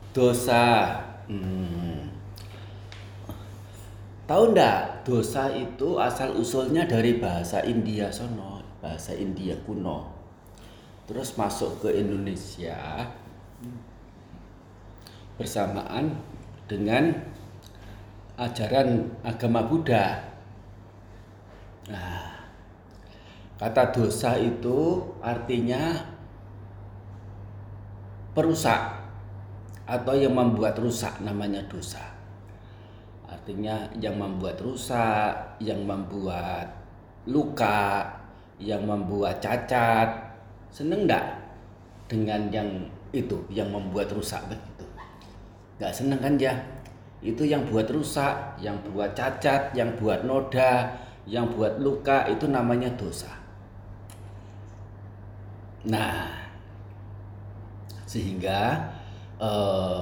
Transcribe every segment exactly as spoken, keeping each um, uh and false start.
Dosa. Hmm. Tahu ndak, dosa itu asal usulnya dari bahasa India sono, bahasa India kuno. Terus masuk ke Indonesia bersamaan dengan ajaran agama Buddha. Nah, kata dosa itu artinya perusak atau yang membuat rusak, namanya dosa. Artinya yang membuat rusak, yang membuat luka, yang membuat cacat. Seneng enggak dengan yang itu, yang membuat rusak begitu? Enggak seneng kan ya? Itu yang buat rusak, yang buat cacat, yang buat noda, yang buat luka, itu namanya dosa. Nah, sehingga eh,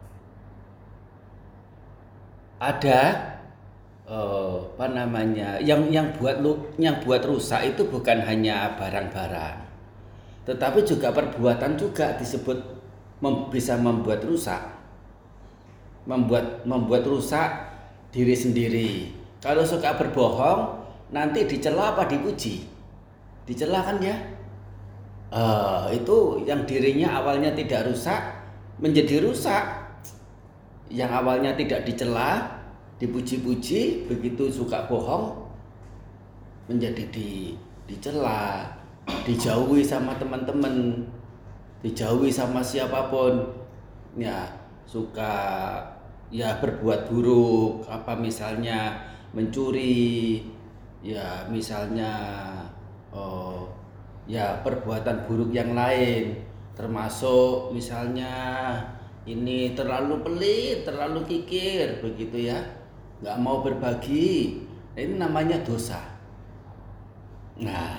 ada eh, apa namanya yang yang buat lu yang buat rusak itu bukan hanya barang-barang, tetapi juga perbuatan juga disebut mem, bisa membuat rusak, membuat membuat rusak diri sendiri. Kalau suka berbohong, nanti dicela apa dipuji? Dicela kan ya? Uh, itu yang dirinya awalnya tidak rusak menjadi rusak. Yang awalnya tidak dicela, dipuji-puji, begitu suka bohong menjadi di dicela, dijauhi sama teman-teman, dijauhi sama siapapun. Ya, suka ya berbuat buruk, apa misalnya mencuri, ya misalnya oh, ya perbuatan buruk yang lain, termasuk misalnya ini terlalu pelit, terlalu kikir begitu ya, nggak mau berbagi. Nah, ini namanya dosa. Nah,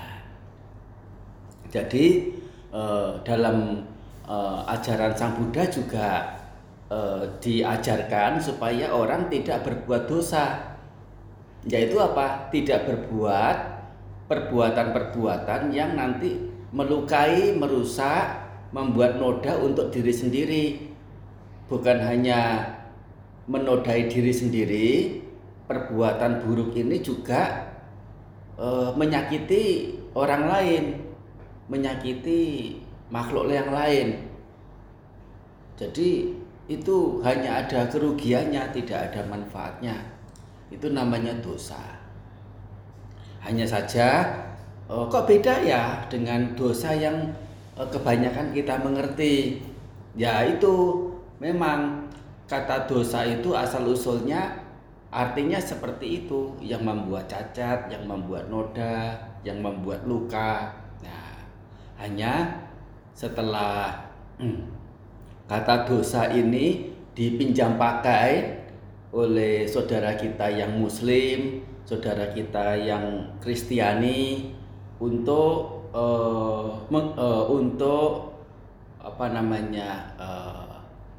jadi eh, dalam eh, ajaran Sang Buddha juga eh, diajarkan supaya orang tidak berbuat dosa, yaitu apa? Tidak berbuat perbuatan-perbuatan yang nanti melukai, merusak, membuat noda untuk diri sendiri. Bukan hanya menodai diri sendiri, perbuatan buruk ini juga e, menyakiti orang lain, menyakiti makhluk yang lain. Jadi itu hanya ada kerugiannya, tidak ada manfaatnya. Itu namanya dosa. Hanya saja e, kok beda ya dengan dosa yang e, kebanyakan kita mengerti. Ya itu memang kata dosa itu asal-usulnya artinya seperti itu, yang membuat cacat, yang membuat noda, yang membuat luka. Nah, hanya setelah hmm, kata dosa ini dipinjam pakai oleh saudara kita yang Muslim, saudara kita yang Kristiani untuk uh, meng, uh, untuk apa namanya uh,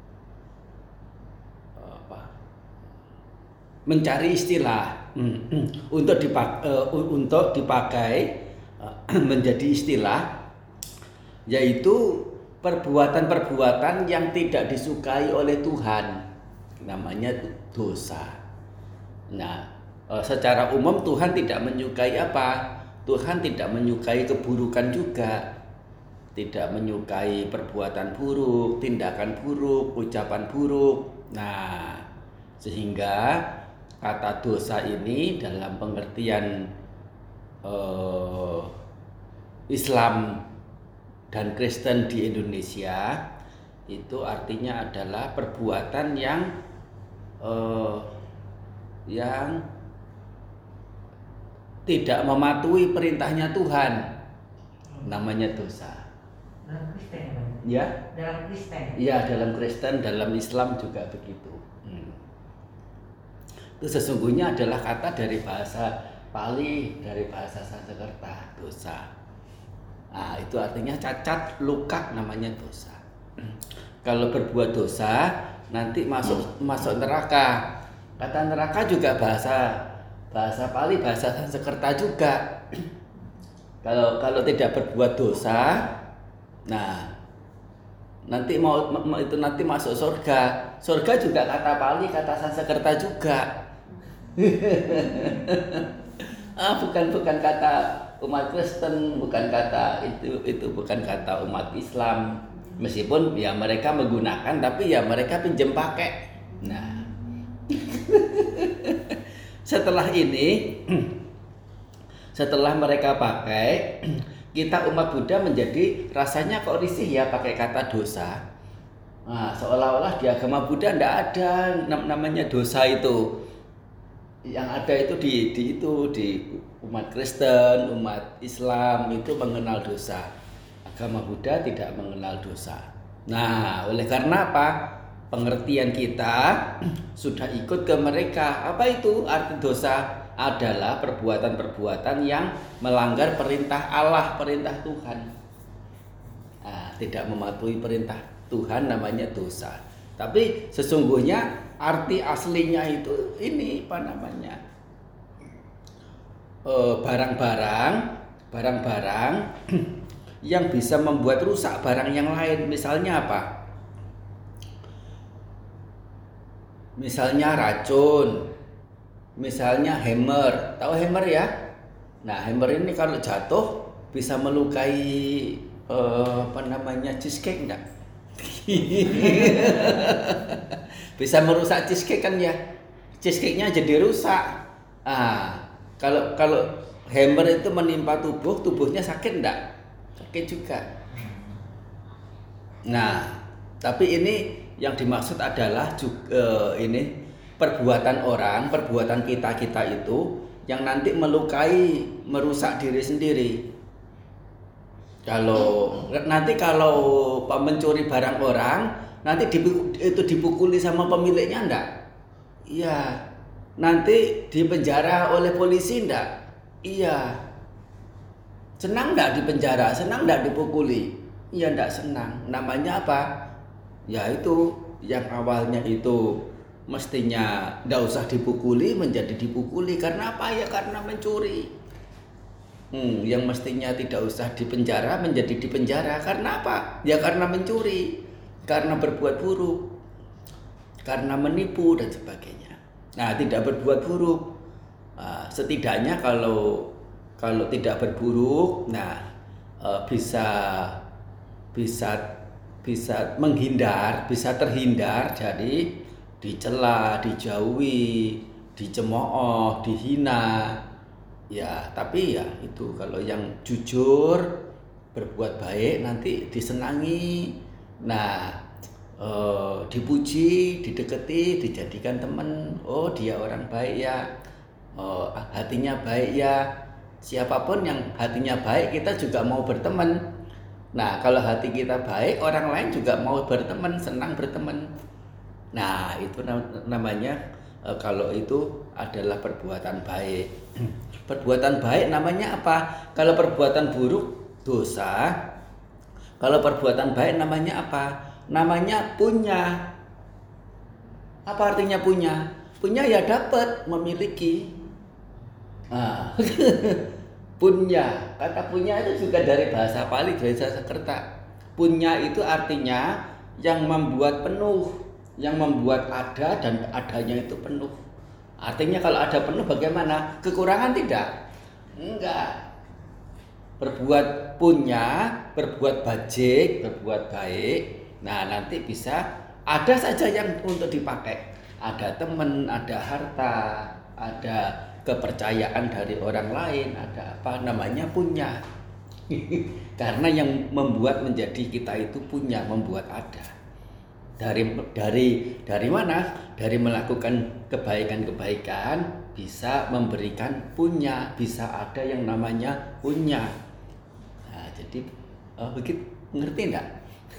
mencari istilah hmm, untuk dipakai, uh, untuk dipakai uh, menjadi istilah, yaitu perbuatan-perbuatan yang tidak disukai oleh Tuhan, namanya dosa. Nah, uh, secara umum Tuhan tidak menyukai apa? Tuhan tidak menyukai keburukan juga, tidak menyukai perbuatan buruk, tindakan buruk, ucapan buruk. Nah, sehingga kata dosa ini dalam pengertian uh, Islam dan Kristen di Indonesia itu artinya adalah perbuatan yang uh, yang tidak mematuhi perintahnya Tuhan, namanya dosa. Dalam Kristen ya? Dalam Kristen. Iya, dalam Kristen, dalam Islam juga begitu. Hmm. Itu sesungguhnya adalah kata dari bahasa Pali, dari bahasa Sanskerta, dosa. Nah, itu artinya cacat, luka, namanya dosa. Kalau berbuat dosa nanti masuk masuk neraka. Kata neraka juga bahasa bahasa Pali, bahasa Sanskerta juga. Kalau kalau tidak berbuat dosa, nah nanti mau itu nanti masuk surga. Surga juga kata Pali, kata Sanskerta juga. ah, bukan bukan kata umat Kristen, bukan kata itu itu bukan kata umat Islam. Meskipun ya mereka menggunakan, tapi ya mereka pinjem pakai. Nah, setelah ini, setelah mereka pakai, kita umat Buddha menjadi rasanya kok risih ya pakai kata dosa. Nah, seolah-olah di agama Buddha tidak ada namanya dosa itu. Yang ada itu di, di itu di umat Kristen, umat Islam itu mengenal dosa. Agama Buddha tidak mengenal dosa. Nah, oleh karena apa? Pengertian kita sudah ikut ke mereka. Apa itu arti dosa? Adalah perbuatan-perbuatan yang melanggar perintah Allah, perintah Tuhan. Nah, tidak mematuhi perintah Tuhan namanya dosa. Tapi sesungguhnya arti aslinya itu ini apa namanya? E, barang-barang, barang-barang yang bisa membuat rusak barang yang lain. Misalnya apa? Misalnya racun, misalnya hammer. Tahu hammer ya? Nah, hammer ini kalau jatuh bisa melukai eh, apa namanya cheesecake enggak? Bisa merusak cheesecake kan ya? Cheesecake-nya jadi rusak. Ah, kalau kalau hammer itu menimpa tubuh, tubuhnya sakit enggak? Sakit juga. Nah, tapi ini yang dimaksud adalah juga, eh, ini perbuatan orang, perbuatan kita-kita itu yang nanti melukai, merusak diri sendiri. Kalau nanti kalau mencuri barang orang, nanti dipukul, itu dipukuli sama pemiliknya enggak? Iya. Nanti dipenjara oleh polisi enggak? Iya. Senang enggak dipenjara? Senang enggak dipukuli? Iya, enggak senang. Namanya apa? Ya itu yang awalnya itu mestinya enggak usah dipukuli menjadi dipukuli. Karena apa? Ya karena mencuri. Hmm, yang mestinya tidak usah dipenjara menjadi dipenjara. Karena apa? Ya karena mencuri, karena berbuat buruk, karena menipu dan sebagainya. Nah, tidak berbuat buruk. Nah, setidaknya kalau kalau tidak berburuk, nah bisa bisa bisa menghindar, bisa terhindar dari dicela, dijauhi, dicemooh, dihina. Ya, tapi ya itu kalau yang jujur berbuat baik nanti disenangi. Nah, eh, dipuji, dideketi, dijadikan teman. Oh, dia orang baik ya. Oh, hatinya baik ya. Siapapun yang hatinya baik, kita juga mau berteman. Nah, kalau hati kita baik, orang lain juga mau berteman, senang berteman. Nah, itu namanya e, kalau itu adalah perbuatan baik. Perbuatan baik namanya apa? Kalau perbuatan buruk dosa. Kalau perbuatan baik namanya apa? Namanya punya. Apa artinya punya? Punya ya dapat, memiliki. Nah, punya. Kata punya itu juga dari bahasa Pali, dari Sanskerta. Punya itu artinya yang membuat penuh, yang membuat ada dan adanya itu penuh. Artinya kalau ada penuh bagaimana? Kekurangan tidak? Enggak. Berbuat punya, berbuat bajik, berbuat baik. Nah, nanti bisa ada saja yang untuk dipakai. Ada teman, ada harta, ada kepercayaan dari orang lain, ada apa namanya punya. Karena yang membuat menjadi kita itu punya, membuat ada. Dari dari dari mana? Dari melakukan kebaikan-kebaikan bisa memberikan punya, bisa ada yang namanya punya. Nah, jadi oh, begitu ngerti enggak?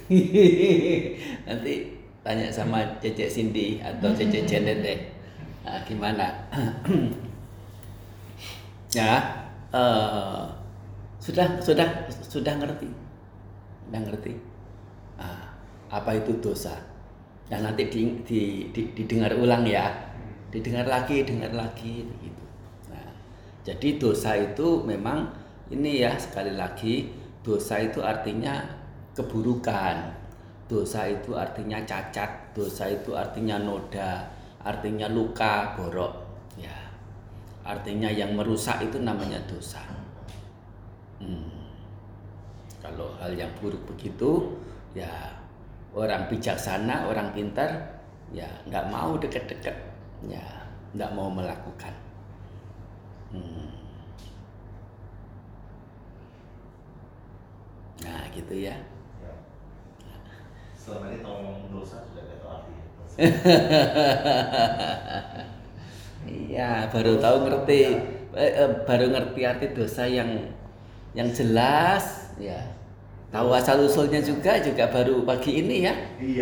Nanti tanya sama Cece Cindy atau Cece Janet deh. Nah, gimana? Ya, uh, sudah sudah sudah ngerti, sudah ngerti. Nah, apa itu dosa? Dan nanti di, di, di, didengar ulang ya, didengar lagi, dengar lagi begitu. Nah, jadi dosa itu memang ini ya sekali lagi dosa itu artinya keburukan, dosa itu artinya cacat, dosa itu artinya noda, artinya luka, borok, ya. Artinya yang merusak itu namanya dosa. Hmm. Kalau hal yang buruk begitu, ya orang bijaksana, orang pintar, ya nggak mau deket-deket, ya nggak mau melakukan. Hmm. Nah gitu ya. Ya. Selama ini kalau ngomong dosa sudah nggak tahu artinya. Iya, baru tahu ngerti, eh, eh, baru ngerti arti dosa yang yang jelas, ya. Tahu asal usulnya juga juga baru pagi ini ya. Iya.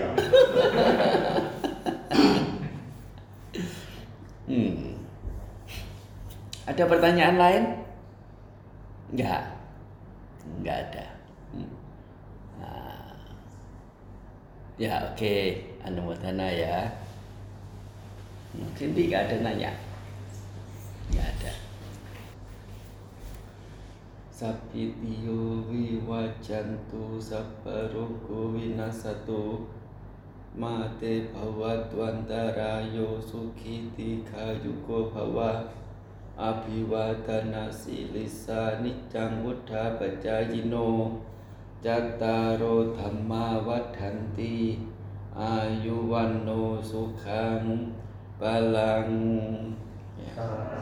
Hmm. Ada pertanyaan lain? Enggak, enggak ada. Hmm. Nah. Ya oke, okay. Anumodana ya. Mungkin tidak ada nanya. Enggak ada. Sapitiyo wiwajantu saparogo winasatu mate bhavatwantarayo sukiti kayuko bhawa abhiwadana silisa niccang buddha pacayino cattaro dhamma waddhanti ayuwanno sukhang balang. Ya.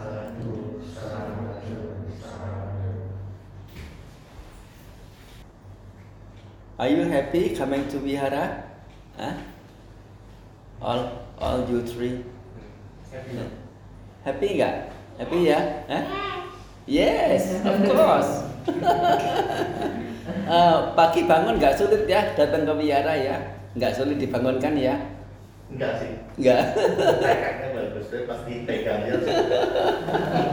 Are you happy coming to Vihara? Huh? All, all you three? Happy. Happy nggak? Happy ya? Huh? Yes, of course. uh, pagi bangun nggak sulit ya datang ke Vihara ya? Nggak sulit dibangunkan ya? Enggak sih. Nggak. Tekadnya bagus, tapi pas dipegang aja.